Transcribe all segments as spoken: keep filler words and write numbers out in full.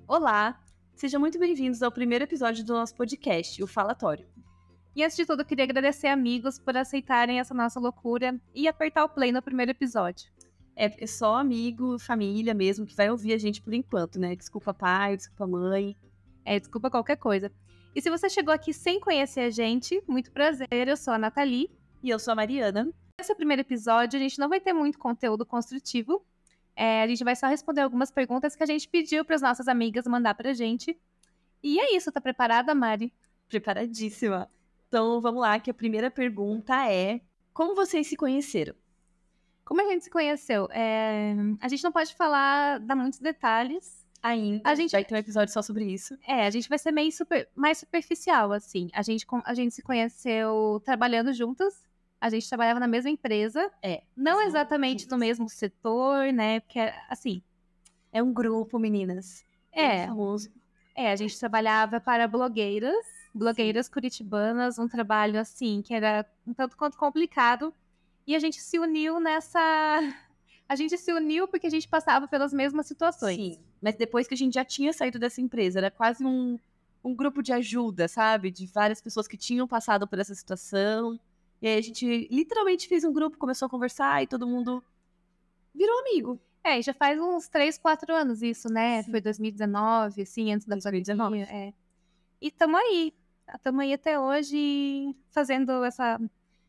Olá, sejam muito bem-vindos ao primeiro episódio do nosso podcast, o Falatório. E antes de tudo, eu queria agradecer amigos por aceitarem essa nossa loucura e apertar o play no primeiro episódio. É porque só amigo, família mesmo que vai ouvir a gente por enquanto, né? Desculpa pai, desculpa mãe. É, desculpa qualquer coisa. E se você chegou aqui sem conhecer a gente, muito prazer, eu sou a Nathalie. E eu sou a Mariana. Nesse primeiro episódio, a gente não vai ter muito conteúdo construtivo. É, a gente vai só responder algumas perguntas que a gente pediu para as nossas amigas mandar pra gente. E é isso, tá preparada, Mari? Preparadíssima. Então vamos lá, que a primeira pergunta é: como vocês se conheceram? Como a gente se conheceu? É, a gente não pode falar, dar muitos detalhes. Ainda, A gente vai ter um episódio só sobre isso. É, a gente vai ser meio super, mais superficial, assim. A gente, a gente se conheceu trabalhando juntas. A gente trabalhava na mesma empresa. É. Não exatamente no mesmo setor, né? Porque, assim... É um grupo, meninas. É. Famoso. É, a gente trabalhava para blogueiras. Blogueiras Sim. curitibanas. Um trabalho, assim, que era um tanto quanto complicado. E a gente se uniu nessa... A gente se uniu porque a gente passava pelas mesmas situações. Sim, mas depois que a gente já tinha saído dessa empresa, era quase um, um grupo de ajuda, sabe? De várias pessoas que tinham passado por essa situação. E aí a gente literalmente fez um grupo, começou a conversar e todo mundo virou amigo. É, e já faz uns três, quatro anos isso, né? Sim. Foi dois mil e dezenove, assim, antes da dois mil e dezenove. pandemia. É. E tamo aí. Tamo aí até hoje fazendo essa...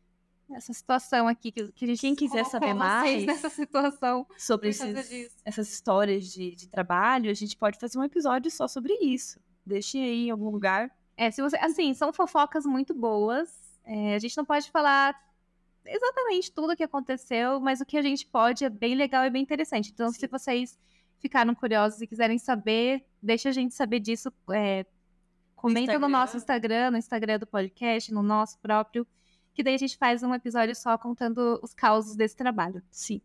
essa situação aqui que, que a gente Quem quiser saber mais nessa situação sobre esses, essas histórias de, de trabalho, a gente pode fazer um episódio só sobre isso. Deixem aí em algum lugar. É, se você, assim, são fofocas muito boas. É, a gente não pode falar exatamente tudo o que aconteceu, mas o que a gente pode é bem legal e bem interessante. Então, Sim. se vocês ficaram curiosos e quiserem saber, deixa a gente saber disso. É, comenta no, no nosso Instagram, no Instagram do podcast, no nosso próprio. Que daí a gente faz um episódio só contando os causos desse trabalho. Sim.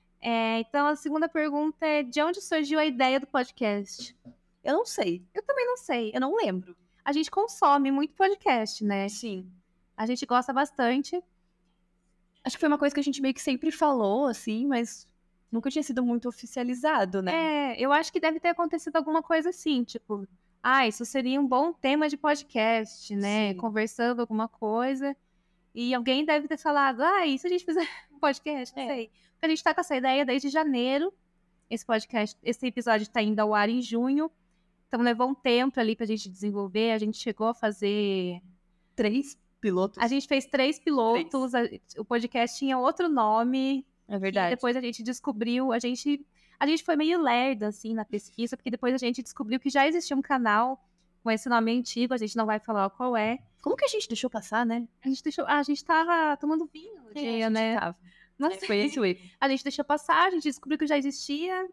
É, então, a segunda pergunta é: de onde surgiu a ideia do podcast? Eu não sei. Eu também não sei. Eu não lembro. A gente consome muito podcast, né? Sim. A gente gosta bastante. Acho que foi uma coisa que a gente meio que sempre falou, assim, mas nunca tinha sido muito oficializado, né? É, eu acho que deve ter acontecido alguma coisa assim, tipo... Ah, isso seria um bom tema de podcast, né? Sim. Conversando alguma coisa... E alguém deve ter falado, ah, e se a gente fizer um podcast? Não é. sei. Porque a gente tá com essa ideia desde janeiro. Esse podcast, esse episódio tá indo ao ar em junho. Então levou um tempo ali pra gente desenvolver. A gente chegou a fazer... Três pilotos. A gente fez três pilotos. Três. O podcast tinha outro nome. É verdade. E depois a gente descobriu... A gente, a gente foi meio lerda, assim, na pesquisa. Porque depois a gente descobriu que já existia um canal com esse nome antigo, a gente não vai falar qual é. Como que a gente deixou passar, né? A gente deixou... Ah, a gente tava tomando vinho no é, dia, a gente né? Tava. Não é, foi esse o erro. A gente deixou passar, a gente descobriu que já existia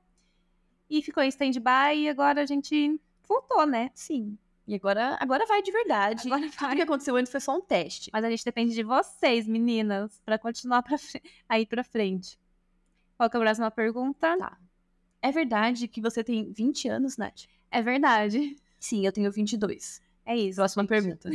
e ficou em stand-by e agora a gente voltou, né? Sim. E agora, agora vai de verdade. Agora vai. Tudo que aconteceu antes foi só um teste. Mas a gente depende de vocês, meninas, pra continuar pra aí pra frente. Qual que é a próxima pergunta? Tá. É verdade que você tem vinte anos, Nath? É verdade. Sim, eu tenho vinte e dois. É isso. Próxima gente. pergunta.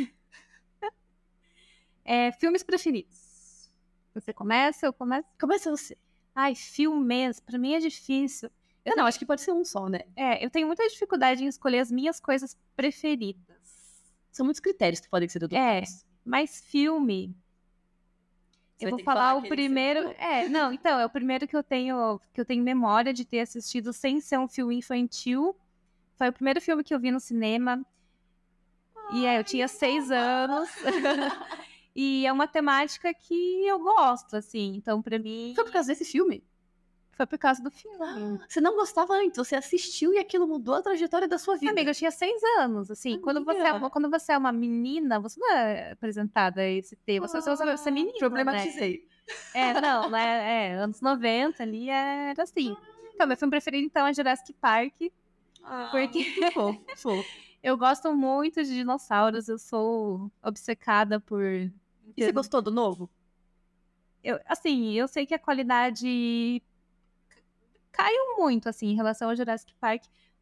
É, filmes preferidos. Você começa ou começa? Começa você. Ai, filmes. Pra mim é difícil. Eu não, acho que pode ser um só, né? É, eu tenho muita dificuldade em escolher as minhas coisas preferidas. São muitos critérios que podem ser do É, mas filme... Você eu vou falar, falar o primeiro... É, não, então, é o primeiro que eu tenho que eu tenho memória de ter assistido sem ser um filme infantil. Foi o primeiro filme que eu vi no cinema. Ai, e é, eu tinha seis anos. E é uma temática que eu gosto, assim. Então, pra mim... Foi por causa desse filme? Foi por causa do filme. Ah, você não gostava antes, você assistiu e aquilo mudou a trajetória da sua vida. Amiga, eu tinha seis anos, assim. Quando você, é, quando você é uma menina, você não é apresentada a esse tema. Você, ah, você é menina, problematizei. Né? É, não, né? É, anos noventa ali era assim. Então, meu filme preferido, então, é Jurassic Park. Ah, porque fofo, fofo. Eu gosto muito de dinossauros, eu sou obcecada por... E você gostou do novo? Eu, assim, eu sei que a qualidade caiu muito, assim, em relação ao Jurassic Park,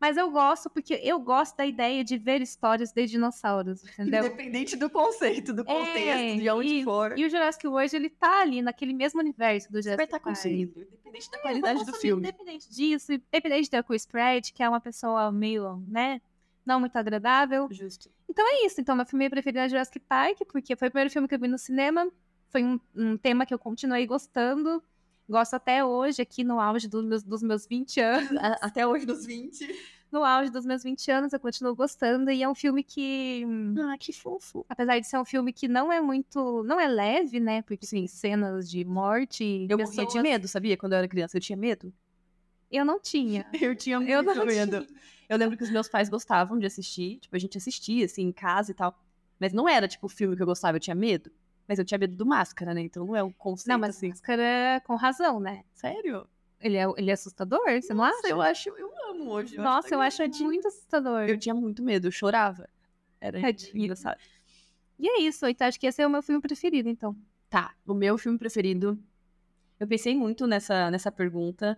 Mas eu gosto, porque eu gosto da ideia de ver histórias de dinossauros, entendeu? Independente do conceito, do contexto, É, de onde e, for. e o Jurassic World, ele tá ali, naquele mesmo universo do Você vai Jurassic estar Park. conseguindo, independente da É, qualidade vou do consumir filme. Independente disso, independente de ter o Chris Pratt, que é uma pessoa meio, né, não muito agradável. Justo. Então é isso. Então, meu filme preferido é Jurassic Park, porque foi o primeiro filme que eu vi no cinema. Foi um, um tema que eu continuei gostando. Gosto até hoje, aqui no auge dos meus, dos meus vinte anos. A- Até hoje, nos vinte. No auge dos meus vinte anos, eu continuo gostando. E é um filme que, Ah, que fofo. apesar de ser um filme que não é muito... Não é leve, né? Porque tem cenas de morte e Eu pessoas... morria de medo, sabia? Quando eu era criança, eu tinha medo. Eu não tinha. Eu tinha muito Eu não medo. Eu lembro que os meus pais gostavam de assistir. Tipo, a gente assistia, assim, em casa e tal. Mas não era, tipo, o filme que eu gostava, eu tinha medo. Mas eu tinha medo do Máscara, né? Então não é o conceito, Não, mas assim. Máscara com razão, né? Sério? Ele é, ele é assustador, você não Nossa, acha? eu acho... Eu amo hoje. Eu Nossa, acho eu acho muito assustador. Eu tinha muito medo, eu chorava. Era Tadinho. engraçado. E é isso, então acho que esse é o meu filme preferido, então. Tá, o meu filme preferido... Eu pensei muito nessa, nessa pergunta.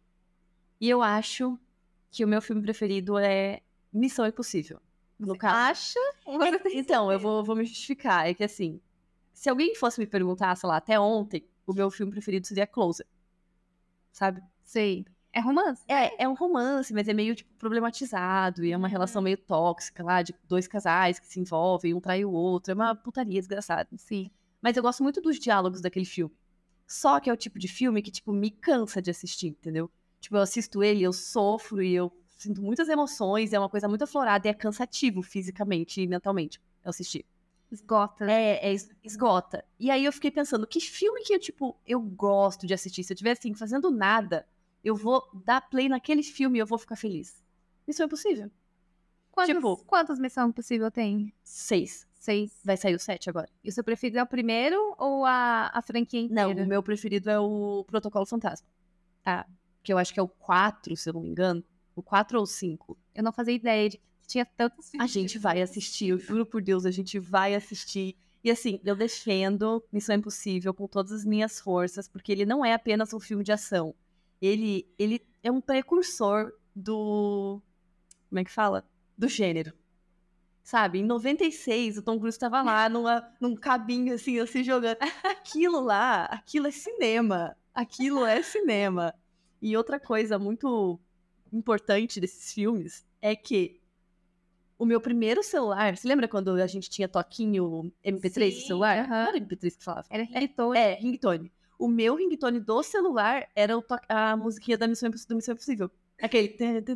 E eu acho que o meu filme preferido é Missão Impossível. No caso. Acha? É, então, eu vou, vou me justificar. É que assim, se alguém fosse me perguntar, sei lá, até ontem, o meu filme preferido seria Closer. Sabe? Sei. É romance? É, é um romance, mas é meio, tipo, problematizado. E é uma Uhum. relação meio tóxica lá, de dois casais que se envolvem, um trai o outro. É uma putaria desgraçada. Sim. Mas eu gosto muito dos diálogos daquele filme. Só que é o tipo de filme que, tipo, me cansa de assistir, entendeu? Tipo, eu assisto ele, eu sofro e eu sinto muitas emoções, é uma coisa muito aflorada e é cansativo fisicamente e mentalmente eu assistir. Esgota. É, é es- esgota. E aí eu fiquei pensando, que filme que eu, tipo, eu gosto de assistir? Se eu estiver, assim, fazendo nada, eu vou dar play naquele filme e eu vou ficar feliz. Isso é impossível. Quantas, tipo- quantas Missão Impossível tem? Seis. Seis. Vai sair o sete agora. E o seu preferido é o primeiro ou a, a franquia Não, inteira? o meu preferido é o Protocolo Fantasma. Tá. Que eu acho que é o quatro, se eu não me engano. O quatro ou o cinco. Eu não fazia ideia de que tinha tantos A filmes. gente vai assistir, eu juro por Deus, a gente vai assistir. E assim, eu defendo Missão Impossível com todas as minhas forças, porque ele não é apenas um filme de ação. Ele, ele é um precursor do... Como é que fala? Do gênero. Sabe? Em noventa e seis, o Tom Cruise estava lá numa, num cabinho assim, eu se jogando. Aquilo lá, aquilo é cinema. Aquilo é cinema. E outra coisa muito importante desses filmes é que o meu primeiro celular... Você lembra quando a gente tinha toquinho M P três no Sim, celular? aham. Não era M P três que falava. Era ringtone. É, ringtone. O meu ringtone do celular era o to- a musiquinha da Missão Imposs- do Missão Impossível. Aquele...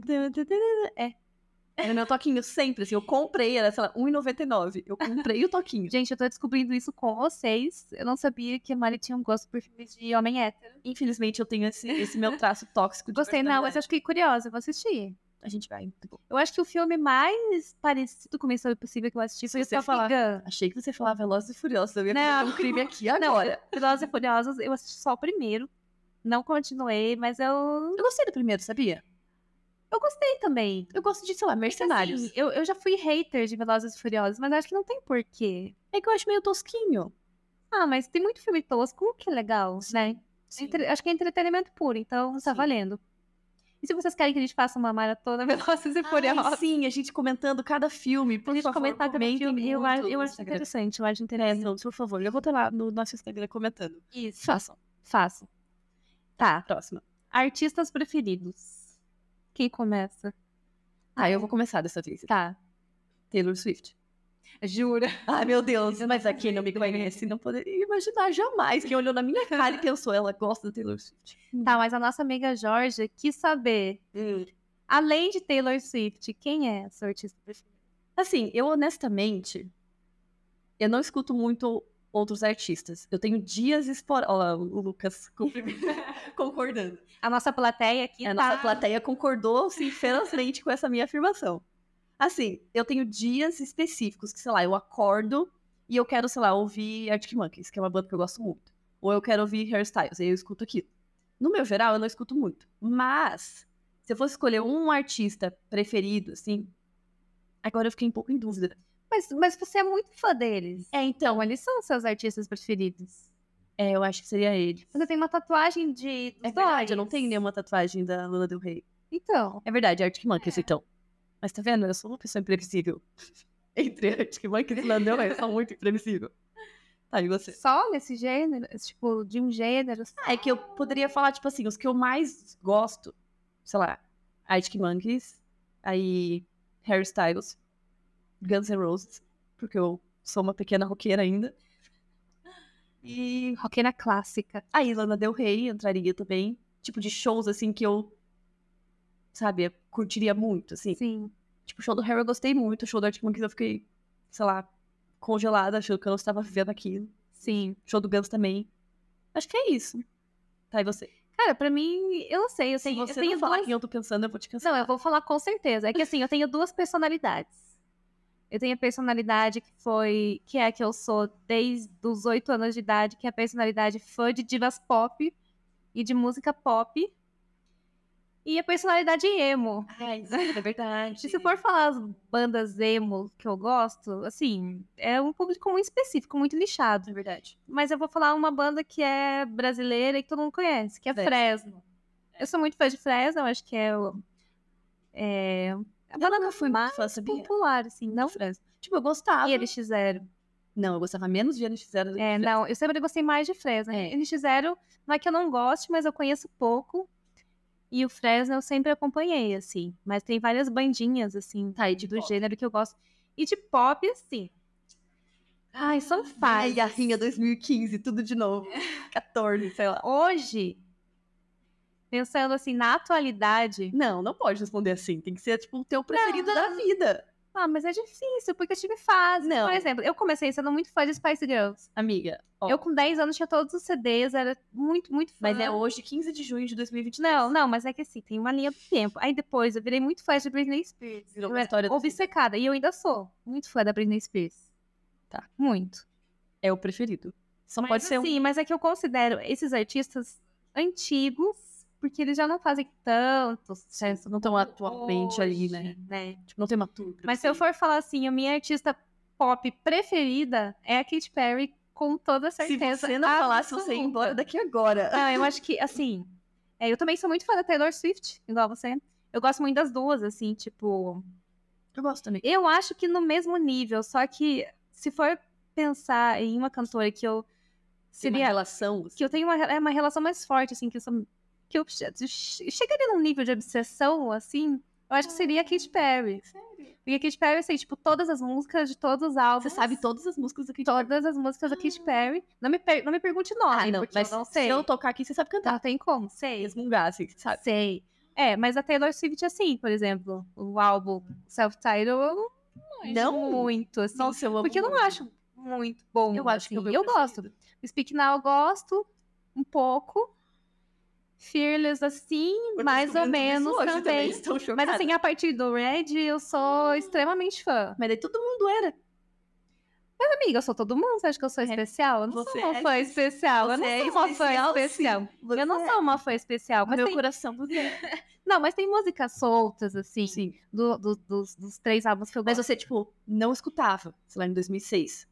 É. Era meu toquinho sempre, assim. Eu comprei, era, sei lá, um real e noventa e nove centavos. Eu comprei o toquinho. Gente, eu tô descobrindo isso com vocês. Eu não sabia que a Mari tinha um gosto por filmes de homem hétero. Infelizmente, eu tenho esse, esse meu traço tóxico de Gostei, não, mas eu personalidade. fiquei curiosa, eu vou assistir. A gente vai. Muito bom. Eu acho que o filme mais parecido com Missão Impossível que eu assisti foi o Você Top falar. Gun. Achei que você falava Velozes e Furiosos. Eu ia Não. cometer um crime aqui Não, agora. Velozes e Furiosos, eu assisti só o primeiro. Não continuei, mas eu... Eu gostei do primeiro, sabia? Eu gostei também. Eu gosto de, sei lá, Mercenários. Assim, eu, eu já fui hater de Velozes e Furiosos, mas acho que não tem porquê. É que eu acho meio tosquinho. Ah, mas tem muito filme tosco que é legal, né? Entre- acho que é entretenimento puro, então tá Sim. valendo. E se vocês querem que a gente faça uma maratona Velozes e Ai, Furiosos? sim, a gente comentando cada filme. Por A gente favor, comentar cada comentem filme, eu, muito acho- eu no acho Instagram. interessante, eu acho É, interessante. não, por favor. Eu vou estar lá no nosso Instagram comentando. Isso, Façam. faço. Tá, Próxima. artistas preferidos. Quem começa? Ah, eu vou começar dessa vez. Tá. Taylor Swift. Jura? Ai, meu Deus. Eu Mas não aqui não me conhece, não poderia imaginar jamais. Quem olhou na minha cara e pensou, ela gosta da Taylor Swift. Tá, mas a nossa amiga Georgia quis saber, além de Taylor Swift, quem é a sua artista preferida? Assim, eu honestamente, eu não escuto muito outros artistas. Eu tenho dias esporádicos. Olha lá, o Lucas concordando. A nossa plateia aqui A tá... nossa plateia concordou, assim, ferozmente com essa minha afirmação. Assim, eu tenho dias específicos que, sei lá, eu acordo e eu quero, sei lá, ouvir Arctic Monkeys, que é uma banda que eu gosto muito. Ou eu quero ouvir Hairstyles, aí eu escuto aquilo. No meu geral, eu não escuto muito. Mas, se eu fosse escolher um artista preferido, assim, agora eu fiquei um pouco em dúvida. Mas, mas você é muito fã deles. É, então, Então, eles são seus artistas preferidos. é, eu acho que seria ele. Você tem uma tatuagem de... dos É verdade, eu dois. não tenho nenhuma tatuagem da Lana Del Rey. Então. É verdade, Arctic Monkeys, então. Mas tá vendo? Eu sou uma pessoa imprevisível. Entre Arctic Monkeys e Lana Del Rey, eu sou muito imprevisível. Tá, e você? Só nesse gênero? Tipo, de um gênero? Ah, é que eu poderia falar, tipo assim, os que eu mais gosto, sei lá, Arctic Monkeys, aí Harry Styles, Guns N' Roses, porque eu sou uma pequena roqueira ainda. E Roqueira clássica. aí Lana Del Rey entraria também, tipo de shows assim que eu, sabe, eu curtiria muito, assim. Sim. Tipo, o show do Harry eu gostei muito, o show do Arctic Monkeys eu fiquei, sei lá, congelada, achando que eu não estava vivendo aquilo. Sim. Show do Guns também. Acho que é isso. Tá, e você? Cara, pra mim, eu não sei. Eu Se tenho, você eu tenho não falar duas... quem eu tô pensando, eu vou te cancelar. Não, eu vou falar com certeza. É que assim, eu tenho duas personalidades. Eu tenho a personalidade que foi... Que é a que eu sou desde os oito anos de idade, que é a personalidade fã de divas pop e de música pop. E a personalidade emo. Ai, é verdade. E se for falar as bandas emo que eu gosto, assim, é um público muito específico, muito nichado. É verdade. Mas eu vou falar uma banda que é brasileira e que todo mundo conhece, que é Fresno. Fresno. Eu sou muito fã de Fresno, eu acho que é, o- é a Eu banda nunca fui mais muito fã, sabia? popular, assim, não? Fresno. Tipo, eu gostava. E N X Zero. Não, eu gostava menos de N X Zero do que É, Fresno. não, eu sempre gostei mais de Fresno. É. N X Zero não é que eu não goste, mas eu conheço pouco. E o Fresno eu sempre acompanhei, assim. Mas tem várias bandinhas, assim, Tá, e de do pop? gênero que eu gosto. E de pop, assim. Ai, são Ai, fases. Garrinha dois mil e quinze, tudo de novo. quatorze, sei lá. Hoje, pensando assim, na atualidade... Não, não pode responder assim. Tem que ser, tipo, o teu preferido da vida. Ah, mas é difícil, porque eu tive fase. Não. Por exemplo, eu comecei sendo muito fã de Spice Girls. Amiga, ó. Eu com dez anos tinha todos os C Ds, era muito, muito fã. Mas é hoje, quinze de junho de dois mil e vinte e três. Não, não, mas é que assim, tem uma linha do tempo. Aí depois eu virei muito fã de Britney Spears. Virou Eu uma era história da obcecada. E eu ainda sou muito fã da Britney Spears. Tá. Muito. É o preferido. Só Mas, pode ser um. Sim, mas é que eu considero esses artistas antigos, porque eles já não fazem tanto sucesso. Não estão atualmente ali, né? né? Tipo, não tem uma tour. Mas se eu for falar assim, a minha artista pop preferida é a Katy Perry, com toda Se certeza. você não falasse, você ia absoluta. embora daqui agora. Não, eu acho que, assim... é, eu também sou muito fã da Taylor Swift, igual você. Eu gosto muito das duas, assim, tipo... Eu gosto também. Eu acho que no mesmo nível, só que se for pensar em uma cantora que eu... Tem uma Seria... relação. Que eu tenho uma, é uma relação mais forte, assim, que eu sou... Que eu che- che- chegaria num nível de obsessão, assim... Eu acho que seria a Katy Perry. Sério? Porque a Katy Perry, assim, tipo, todas as músicas de todos os álbuns. Você sabe todas as músicas da Katy Perry. Todas as músicas da Katy Perry. Não me, per- não me pergunte o nome, Ah, não. porque Mas eu não se sei. eu tocar aqui, você sabe cantar. Não tem como, sei. Resmungar, assim, você sabe? Sei. É, mas a Taylor Swift, assim, por exemplo, o álbum Self-Titled, eu não Não? muito, assim. Nossa, eu amo porque eu não muito. acho muito bom. Eu acho que assim. é o meu eu preferido. gosto. O Speak Now eu gosto um pouco. Fearless, assim, Eu mais ou descobri tudo isso menos hoje também. Estou Mas chocada. assim, a partir do Red, eu sou extremamente fã. Mas daí todo mundo era. Amiga, eu sou todo mundo, você acha que eu sou É, especial? Eu não você sou uma é fã es- especial. Eu você não é sou uma fã especial, sim. especial. Você Eu não é. sou uma fã especial. Mas Meu tem... coração, você é. Não, mas tem músicas soltas, assim, Sim. do, do- dos, dos três álbuns que eu Mas gosto. você, tipo, não escutava, sei lá, em dois mil e seis.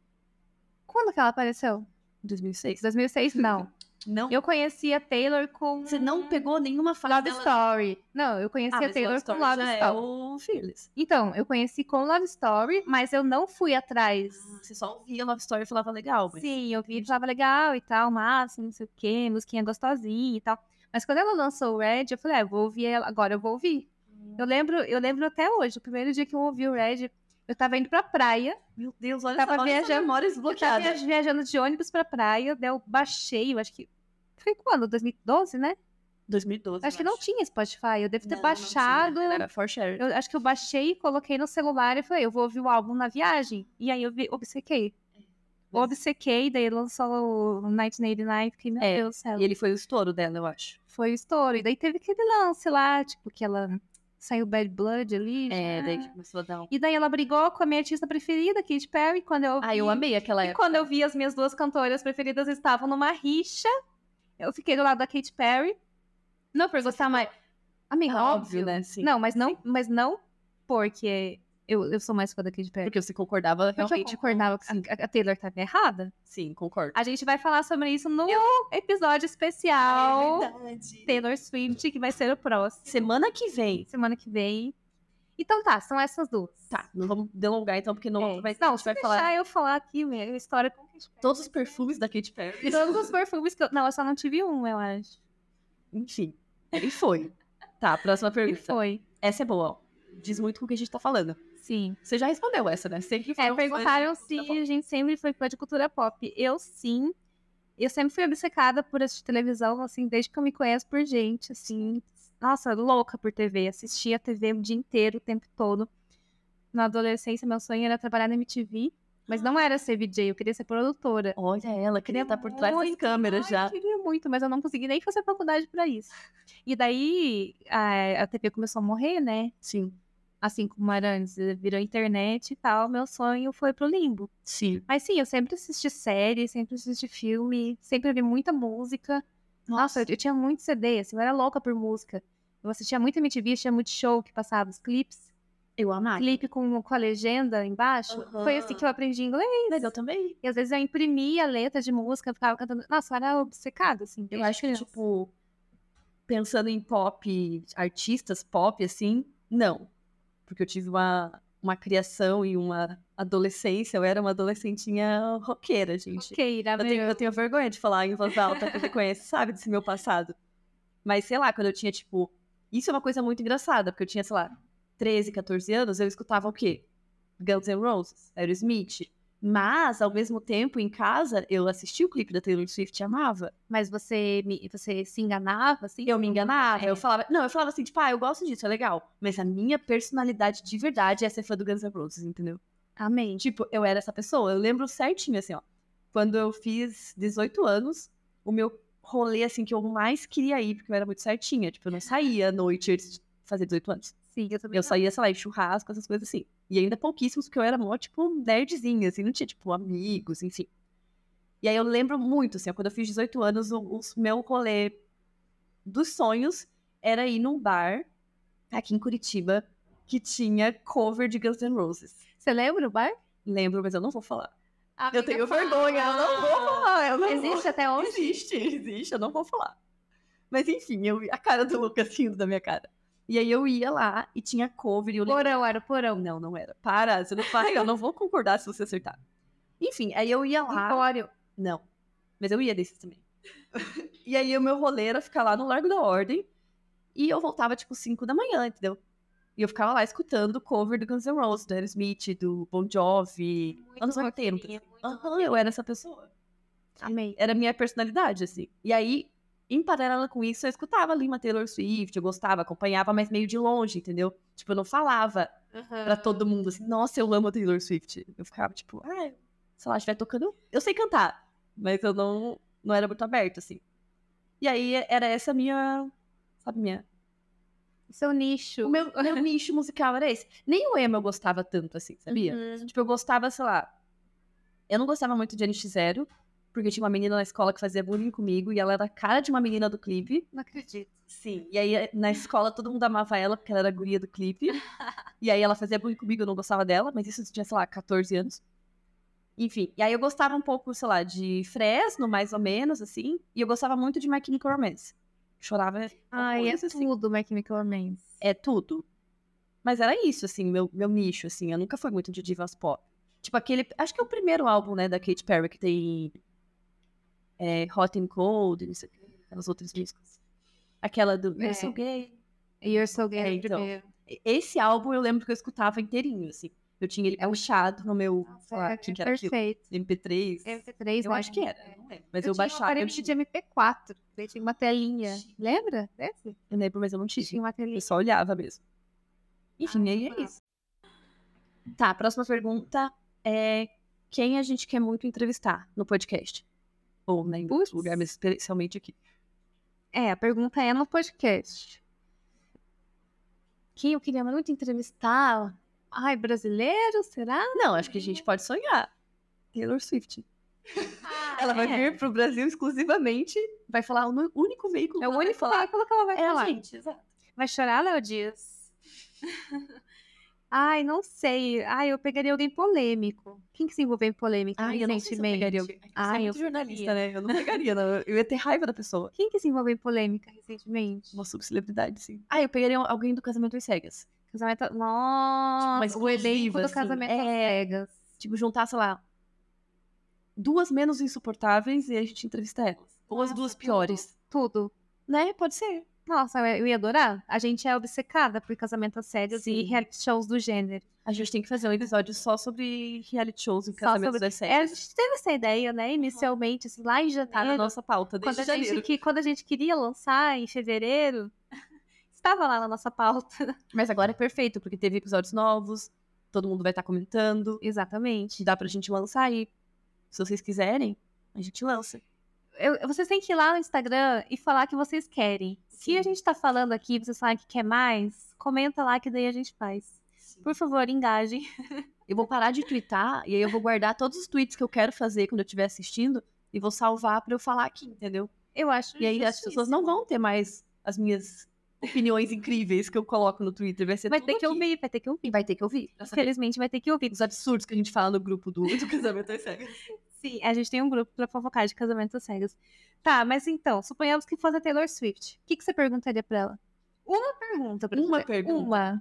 Quando que ela apareceu? Em dois mil e seis? dois mil e seis? Não. Não? Eu conheci a Taylor com Você não pegou nenhuma fase Love dela... Story. Não, eu conheci Ah, a mas Taylor Love com Story Love já Story. é o Fearless. Então, eu conheci com Love Story, mas eu não fui atrás. Você só ouvia Love Story e falava legal, mas... Sim, eu vi, tava legal e tal, massa, não sei o quê, musiquinha gostosinha e tal. Mas quando ela lançou o Red, eu falei, ah, eu vou ouvir ela, agora eu vou ouvir. Eu lembro, eu lembro até hoje, o primeiro dia que eu ouvi o Red, eu tava indo pra praia, Meu Deus, olha, Tava essa, olha essa viajando- memória eu tava desbloqueada. via- viajando de ônibus pra praia, daí eu baixei, eu acho que... Foi quando? dois mil e doze, né? dois mil e doze, Acho que eu não tinha Spotify, eu devo ter Não, não baixado... tinha, Era for share. Eu acho que eu baixei, coloquei no celular e falei, eu vou ouvir o álbum na viagem. E aí eu vi, obcequei. Mas- Obcequei, daí lançou o mil novecentos e oitenta e nove, fiquei, meu É, Deus do céu. E ele foi o estouro dela, eu acho. Foi o estouro. E daí teve aquele lance lá, tipo, que ela saiu Bad Blood ali. É, já. daí que começou a dar um... E daí ela brigou com a minha artista preferida, Katy Perry, quando eu Ah, vi... eu amei aquela E época. quando eu vi as minhas duas cantoras preferidas estavam numa rixa, eu fiquei do lado da Katy Perry. Não por gostar mais... Amiga, Ah, óbvio, óbvio, né? Sim. Não, mas não, mas não porque Eu, eu sou mais fã da Katy Perry. Porque você concordava Porque eu realmente concordava com... que a, a Taylor estava errada. Sim, concordo. A gente vai falar sobre isso no episódio especial É verdade. Taylor Swift, que vai ser o próximo. Semana que vem. Semana que vem. Então tá, são essas duas. Tá, não vamos delongar então, porque não É. vai, Não, a gente se vai deixar falar eu falar aqui, minha história com Katy Perry. todos os perfumes da Katy Perry. Todos os perfumes que eu... Não, eu só não tive um, eu acho. Enfim, ele foi. Tá, próxima E pergunta. foi. Essa é boa, ó. Diz muito com o que a gente tá falando. Sim. Você já respondeu essa, né? Sempre foi É, um perguntaram fã de se cultura a gente sempre foi fã de cultura pop. Eu sim. Eu sempre fui obcecada por assistir televisão, assim, desde que eu me conheço por gente, assim. Nossa, louca por T V. Assistia T V o dia inteiro, o tempo todo. Na adolescência, meu sonho era trabalhar na M T V. Mas não era ser V J, eu queria ser produtora. pop. Olha ela, queria estar por trás das Muito, câmeras ai, já. Eu queria muito, mas eu não consegui nem fazer faculdade pra isso. E daí, a, a T V começou a morrer, né? Sim, Assim como era antes, virou internet e tal. Meu sonho foi pro limbo. sim. Mas sim, eu sempre assisti série, sempre assisti filme, sempre vi muita música. Nossa, eu, eu tinha muito C D, assim, eu era louca por música. Eu assistia muito M T V, assistia muito show que passava os clipes. Eu amava. Clipe com, com a legenda embaixo. Aham. Foi assim que eu aprendi inglês. Mas eu também. E às vezes eu imprimia a letra de música, ficava cantando. Nossa, eu era obcecada, assim. Eu desde acho que, criança. tipo, pensando em pop, artistas pop, assim, não. Porque eu tive uma, uma criação e uma adolescência, eu era uma adolescentinha roqueira, gente. Roqueira, Eu tenho, eu tenho vergonha de falar em voz alta, porque conhece, sabe, desse meu passado. Mas, sei lá, quando eu tinha, tipo... Isso é uma coisa muito engraçada, porque eu tinha, sei lá, treze, catorze anos, eu escutava o quê? Guns N' Roses, Aerosmith. Mas, ao mesmo tempo, em casa, eu assistia o clipe da Taylor Swift e amava. Mas você, me, você se enganava, assim? Eu me enganava, É. eu falava... Não, eu falava assim, tipo, ah, eu gosto disso, é legal. Mas a minha personalidade de verdade é ser fã do Guns N' Roses, entendeu? Amém. Tipo, eu era essa pessoa. Eu lembro certinho, assim, ó. Quando eu fiz dezoito anos, o meu rolê, assim, que eu mais queria ir, porque eu era muito certinha. Tipo, eu não saía à noite antes de fazer dezoito anos. Sim, eu também. Eu saía, sei lá, em churrasco, essas coisas assim. E ainda pouquíssimos, porque eu era mó, tipo, nerdzinha, assim. Não tinha, tipo, amigos, enfim. E aí eu lembro muito, assim, ó, quando eu fiz dezoito anos, o, o meu rolê dos sonhos era ir num bar, aqui em Curitiba, que tinha cover de Guns N' Roses. Você lembra o bar? Lembro, mas eu não vou falar. Amiga, Eu tenho fala. vergonha, eu não vou falar. Eu não Existe vou. até hoje? Existe, existe, eu não vou falar. Mas enfim, eu vi a cara do Lucas rindo da minha cara. E aí eu ia lá e tinha cover e eu lembro... Porão, era o porão. Não, não era. Para, você não vai, eu não vou concordar se você acertar. Enfim, aí eu ia lá... Empório. Não, mas eu ia desses também. E aí o meu rolê era ficar lá no Largo da Ordem e eu voltava tipo cinco da manhã, entendeu? E eu ficava lá escutando o cover do Guns N' Roses, do Aerosmith, do Bon Jovi, Muito anos oitenta. roqueirinha, muito Aham, eu era essa pessoa. Amei. Era a minha personalidade, assim. E aí, em paralelo com isso, eu escutava ali uma Taylor Swift, eu gostava, acompanhava, mas meio de longe, entendeu? Tipo, eu não falava pra todo mundo assim, nossa, eu amo a Taylor Swift. Eu ficava tipo, ah, se ela estiver tocando, eu sei cantar, mas eu não, não era muito aberta, assim. E aí, era essa minha, sabe, minha... Seu nicho. O meu, meu nicho musical era esse. Nem o emo eu gostava tanto, assim, sabia? Uhum. Tipo, eu gostava, sei lá... Eu não gostava muito de N X Zero, porque tinha uma menina na escola que fazia bullying comigo, e ela era a cara de uma menina do clipe. Não acredito. Sim. E aí, na escola, todo mundo amava ela, porque ela era a guria do clipe. E aí, ela fazia bullying comigo, eu não gostava dela, mas isso eu tinha, sei lá, catorze anos. Enfim, e aí eu gostava um pouco, sei lá, de Fresno, mais ou menos, assim. E eu gostava muito de My Chemical Romance. Chorava... Ai, é horrores, assim. tudo My Chemical Romance. É tudo. Mas era isso, assim, meu, meu nicho, assim. Eu nunca fui muito de divas pop. Tipo, aquele... Acho que é o primeiro álbum, né, da Katy Perry, que tem... É, Hot and Cold, não sei o que, aquelas outras músicas. Aquela do... É. Eu sou gay. You're So Gay. É, então. primeiro. Esse álbum eu lembro que eu escutava inteirinho, assim. Eu tinha ele puxado no meu... sei lá, É, o que, que é era aquilo? perfeito. M P três. M P três, Eu né? acho que era, não lembro. Mas eu, eu, tinha um baixava... aparelho Eu, de tinha, M P quatro. Daí tinha uma telinha. Lembra desse? eu lembro, mas eu não tive. Tinha uma telinha. Eu só olhava mesmo. Enfim, Ah, aí é tá. isso. Tá, a próxima pergunta é quem a gente quer muito entrevistar no podcast? Ou né, em Putz. outro lugar, mas especialmente aqui. É, a pergunta é no podcast. Quem eu queria muito entrevistar? Ai, brasileiro, será? Não, acho que a gente pode sonhar. Taylor Swift. Ela vai é. vir pro Brasil exclusivamente, vai falar o único veículo É o que ela vai único falar. veículo que ela vai É a falar. gente, exato. Vai chorar, Léo Dias? Ai, não sei. Ai, eu pegaria alguém polêmico. Quem que se envolveu em polêmica Ai, eu não sei se eu recentemente? pegaria alguém. Você é Ai, muito eu jornalista, pegaria. né? Eu não pegaria, não. Eu ia ter raiva da pessoa. Quem que se envolveu em polêmica recentemente? Uma subcelebridade, sim. Ah, eu pegaria alguém do Casamento às Cegas. Casamento... Nossa, Mas o elenco exclusiva, do assim, Casamento às é. Cegas. Tipo, juntar, sei lá, duas menos insuportáveis e a gente entrevista elas. Ou as Nossa, duas tudo. piores. Tudo. Né? Pode ser. Nossa, eu eu ia adorar. A gente é obcecada por Casamento às Cegas Sim. e reality shows do gênero. A gente tem que fazer um episódio só sobre reality shows e Só casamentos sobre- às É, a cegas. gente teve essa ideia, né, inicialmente, assim, lá em Tá na janeiro. nossa pauta Quando desde a, gente, janeiro. que, quando a gente queria lançar em fevereiro, estava lá na nossa pauta. Mas agora é perfeito, porque teve episódios novos, todo mundo vai estar comentando, Exatamente. dá pra gente lançar aí. Se vocês quiserem, a gente lança. Eu- vocês têm que ir lá no Instagram e falar que vocês querem. Se Sim. a gente tá falando aqui, vocês falam que quer mais, comenta lá que daí a gente faz. Por favor, engajem. Eu vou parar de twittar e aí eu vou guardar todos os tweets que eu quero fazer quando eu estiver assistindo e vou salvar pra eu falar aqui, entendeu? Eu acho E aí as justíssimo. pessoas não vão ter mais as minhas opiniões incríveis que eu coloco no Twitter. Vai ser Vai tudo ter que aqui. ouvir, vai ter que ouvir. E vai ter que ouvir. Pra saber Infelizmente, vai ter que ouvir. os absurdos que a gente fala no grupo do, do Casamento às Cegas. Sim, a gente tem um grupo pra fofocar de casamentos às cegas. Tá, mas então, suponhamos que fosse a Taylor Swift. O que, que você perguntaria pra ela? Uma pergunta pra Uma você. pergunta. Uma.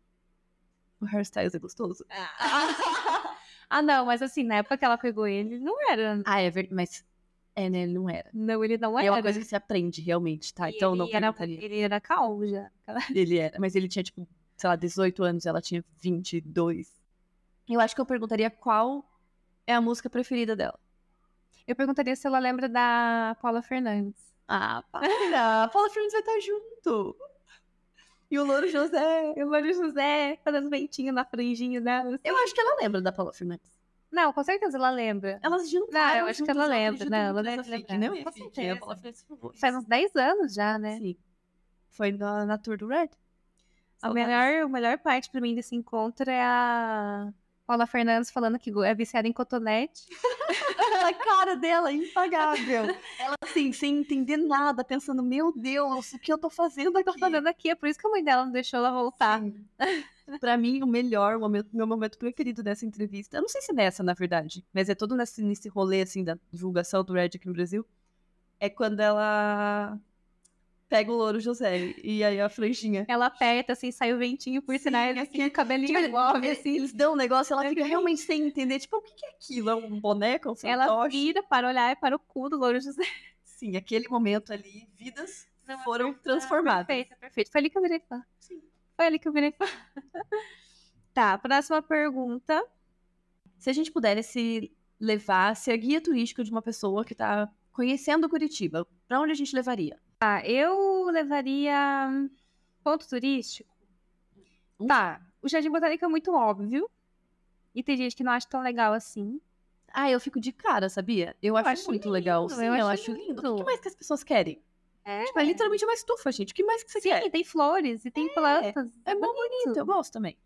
O hairstyles é gostoso? Ah, não, mas assim, na época que ela pegou ele, não era. Ah, é verdade. Mas, é, né? Ele não era. Não, ele não É era. uma coisa que se aprende, realmente, tá? E Então eu não ele era, perguntaria. ele era calmo já. Ele era. Mas ele tinha, tipo, sei lá, dezoito anos e ela tinha vinte e dois. Eu acho que eu perguntaria qual é a música preferida dela. Eu perguntaria se ela lembra da Paula Fernandes. Ah, para! A Paula Fernandes vai estar junto. E o Louro José. E o Mário José fazendo ventinho na franjinha dela. assim. Eu acho que ela lembra da Paula Fernandes. Não, com certeza ela lembra. Elas juntaram. Não, eu acho que ela juntas, eu lembra, acredito né? muito Ela nessa deve fic, lembrar. Não é Com fic, é a certeza. Paula Fernandes, por favor. Faz uns dez anos já, né? Sim. Foi na, na tour do Red. A melhor, a melhor parte pra mim desse encontro é a Paula Fernandes falando que é viciada em cotonete. A cara dela é impagável. Ela, assim, sem entender nada, pensando, meu Deus, o que eu tô fazendo aqui? Tô fazendo aqui, é por isso que a mãe dela não deixou ela voltar. Sim. Pra mim, o melhor, o momento, meu momento preferido dessa entrevista, eu não sei se é nessa, na verdade, mas é todo nesse, nesse rolê, assim, da divulgação do Red aqui no Brasil, é quando ela pega o Louro José e aí a franjinha. Ela aperta, assim, sai o ventinho por sinal, Sim, assim, o cabelinho Tipo, move, eles, assim. eles dão um negócio, ela fica realmente sem entender, tipo, o que que é aquilo? É um boneco? É um Ela fantoche? vira para olhar para o cu do Louro José. Sim, aquele momento ali, vidas Não, foram é transformadas. Perfeito, perfeito. Foi ali que eu virei fã. Sim. Foi ali que eu virei fã. Tá, próxima pergunta. Se a gente pudesse levar, ser a guia turística de uma pessoa que tá conhecendo Curitiba, pra onde a gente levaria? Tá, eu levaria hum, ponto turístico. Hum. Tá, o Jardim Botânico é muito óbvio. E tem gente que não acha tão legal assim. Ah, eu fico de cara, sabia? Eu acho, acho muito lindo, legal. eu Sim, eu, acho acho lindo. lindo. O que mais que as pessoas querem? É, Tipo, é literalmente uma estufa, gente. O que mais que você sim, quer? tem flores e tem plantas. É mó bonito, eu gosto também.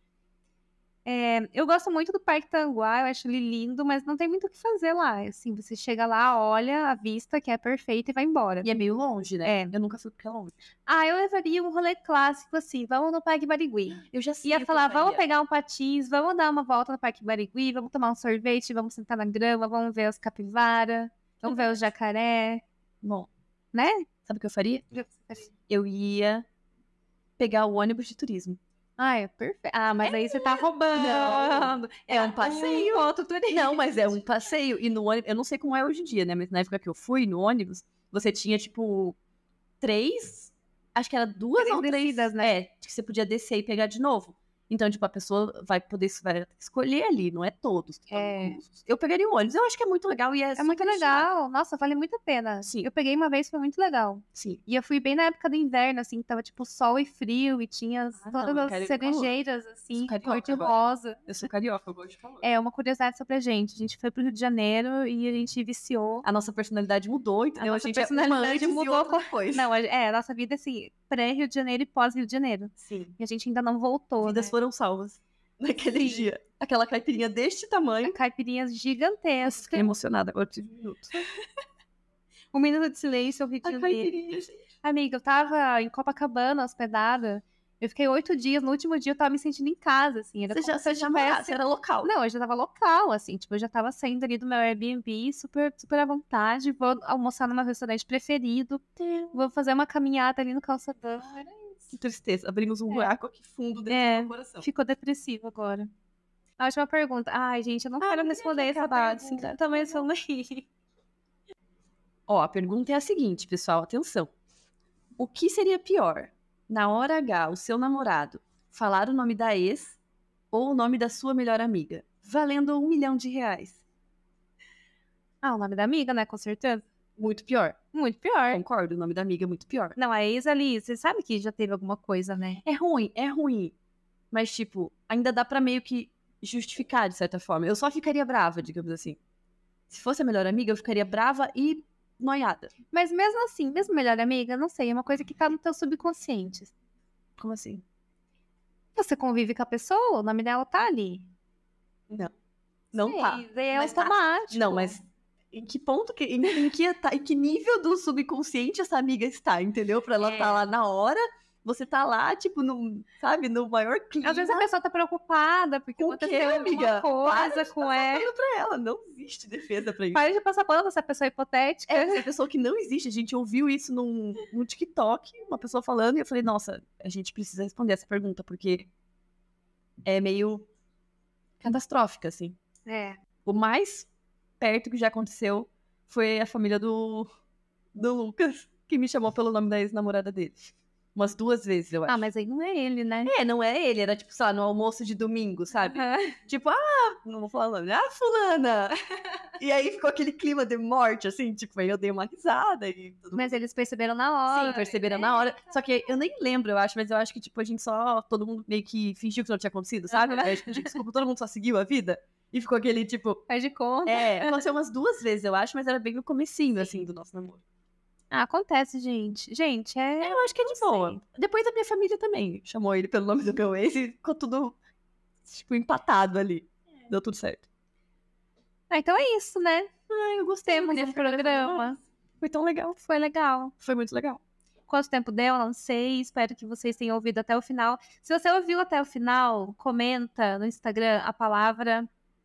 É, eu gosto muito do Parque Tanguá, eu acho ele lindo, mas não tem muito o que fazer lá. Assim, você chega lá, olha a vista, que é perfeita, e vai embora. E é meio longe, né? É. Eu nunca fui porque é longe. Ah, eu levaria um rolê clássico, assim, vamos no Parque Barigui. Eu já sei. Ia o que falar, eu vamos faria. pegar um patins, vamos dar uma volta no Parque Barigui, vamos tomar um sorvete, vamos sentar na grama, vamos ver os capivara, vamos ver os jacaré, Bom, né? sabe o que eu faria? Eu ia pegar o ônibus de turismo. Ah, é perfeito. Ah, mas aí você tá roubando. Não, é um passeio. ponto turístico. Não, mas é um passeio. E no ônibus, eu não sei como é hoje em dia, né? Mas na época que eu fui no ônibus, você tinha, tipo, três. Acho que era duas Três ou três. descidas, né? É, que você podia descer e pegar de novo. Então, tipo, a pessoa vai poder vai escolher ali, não é todos. É. Eu pegaria o ônibus. Eu acho que é muito legal e é É muito super legal. Nossa, vale muito a pena. Sim. Eu peguei uma vez, foi muito legal. Sim. E eu fui bem na época do inverno, assim, que tava tipo sol e frio, e tinha as- Ah, não, todas eu as quero ir no cerejeiras, assim, Sou carioca cor de agora. rosa. Eu sou carioca, eu gosto de calor. É, uma curiosidade sobre a gente. A gente foi pro Rio de Janeiro e a gente viciou. A nossa personalidade mudou, entendeu? A, nossa gente personalidade é uma mudou mudou depois. Não, a- é, a nossa vida, assim, pré-Rio de Janeiro e pós-Rio de Janeiro. Sim. E a gente ainda não voltou, Vidas né? foram salvas naquele Sim. dia. Aquela caipirinha deste tamanho. Caipirinhas Fiquei gigantescas. emocionada, agora eu tive um minuto. Um minuto de silêncio, o Rio de A Janeiro. caipirinha, gente. Amiga, eu tava em Copacabana, hospedada, Eu fiquei oito dias, no último dia eu tava me sentindo em casa, assim. Era Você como já, se você eu já tivesse- morava, você era local. Não, eu já tava local, assim, tipo, eu já tava saindo ali do meu Airbnb, super, super à vontade, vou almoçar no meu restaurante preferido, vou fazer uma caminhada ali no calçadão. Era Que tristeza. Abrimos um É. buraco aqui fundo dentro É, do meu coração. ficou depressivo agora. A última pergunta. Ai, gente, eu não Ah, quero não responder queria essa acabar, pergunta. assim, Também sou meio... Ó, a pergunta é a seguinte, pessoal, atenção. O que seria pior? Na hora H, o seu namorado falar o nome da ex ou o nome da sua melhor amiga? Valendo um milhão de reais. Ah, o nome da amiga, né? Com certeza. Muito pior. Muito pior. Concordo, o nome da amiga é muito pior. Não, a ex ali, você sabe que já teve alguma coisa, né? É ruim, é ruim. Mas, tipo, ainda dá pra meio que justificar, de certa forma. Eu só ficaria brava, digamos assim. Se fosse a melhor amiga, eu ficaria brava e noiada. Mas mesmo assim, mesmo melhor amiga, não sei, é uma coisa que tá no teu subconsciente. Como assim? Você convive com a pessoa, o nome dela tá ali. Não. Não tá. Sei, É Mas tá- automático. Não, mas em que ponto, que, em, em que, eta- em que nível do subconsciente essa amiga está, entendeu? Pra ela É. tá lá na hora, você tá lá, tipo, no, sabe, no maior clima. Às vezes a pessoa tá preocupada porque Com o aconteceu quê, alguma amiga? coisa Para de com ela. falando pra ela, não existe defesa pra isso. Para de passar pano essa pessoa hipotética. É uma pessoa que não existe. A gente ouviu isso num, num TikTok, uma pessoa falando, e eu falei, nossa, a gente precisa responder essa pergunta, porque é meio catastrófica, assim. É. O mais perto que já aconteceu foi a família do, do Lucas, que me chamou pelo nome da ex-namorada dele. Umas duas vezes, eu acho. Ah, mas aí não é ele, né? É, não é ele, era tipo, sei lá, no almoço de domingo, sabe? Aham. Tipo, ah, não vou falar o nome, ah, fulana! E aí ficou aquele clima de morte, assim, tipo, aí eu dei uma risada e tudo. Mas eles perceberam na hora. Sim, perceberam na hora. Só que eu nem lembro, eu acho, mas eu acho que, tipo, a gente só, todo mundo meio que fingiu que não tinha acontecido, sabe? Aí a gente pediu desculpa, todo mundo só seguiu a vida. E ficou aquele, tipo, Faz de conta. é, aconteceu umas duas vezes, eu acho, mas era bem no comecinho, assim, do nosso namoro. Ah, acontece, gente. Gente, é... Eu acho que é de boa. Depois a minha família também chamou ele pelo nome do meu ex e ficou tudo, tipo, empatado ali. Deu tudo certo. Ah, então é isso, né? Ai, eu gostei Temos muito esse programa. Foi tão legal. Foi legal. Foi muito legal. Quanto tempo deu? Não sei. Espero que vocês tenham ouvido até o final. Se você ouviu até o final, comenta no Instagram a palavra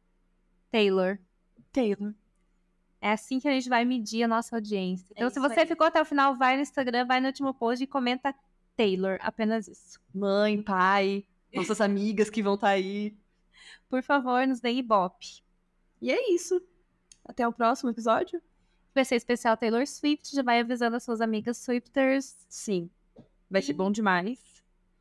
Taylor. Taylor. É assim que a gente vai medir a nossa audiência. Então, É se isso você aí. ficou até o final, vai no Instagram, vai no último post e comenta Taylor. Apenas isso. Mãe, pai, nossas amigas que vão estar aí. Por favor, nos dê ibope. E é isso. Até o próximo episódio. Vai ser especial Taylor Swift. Já vai avisando as suas amigas Swifters. Sim. Vai ser bom demais.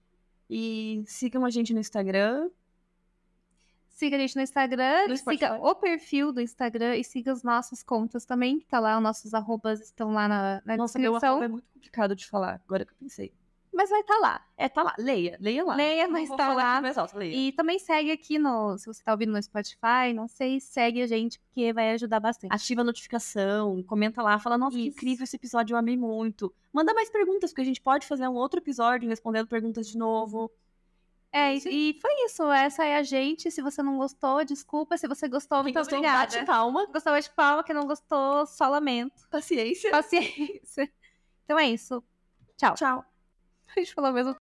E sigam a gente no Instagram. Siga a gente no Instagram, No siga Spotify. o perfil do Instagram e siga as nossas contas também, que tá lá, os nossos arrobas estão lá na, na Nossa, meu descrição. arroba é muito complicado de falar, agora que eu pensei. Mas vai estar lá. É, tá lá. Leia, leia lá. Leia, Não mas vou tá falar lá. aqui mais alto, leia. E também segue aqui no. Se você tá ouvindo no Spotify, não sei, segue a gente, porque vai ajudar bastante. Ativa a notificação, comenta lá, fala, nossa, que Isso. incrível esse episódio, eu amei muito. Manda mais perguntas, porque a gente pode fazer um outro episódio respondendo perguntas de novo. É, Isso e, e foi isso. Essa é a gente. Se você não gostou, desculpa. Se você gostou, Quem muito gostou, obrigada. bate palma, Gostou, bate palma. Quem não gostou, só lamento. paciência. Paciência. Então é isso. Tchau. Tchau. A gente falou mesmo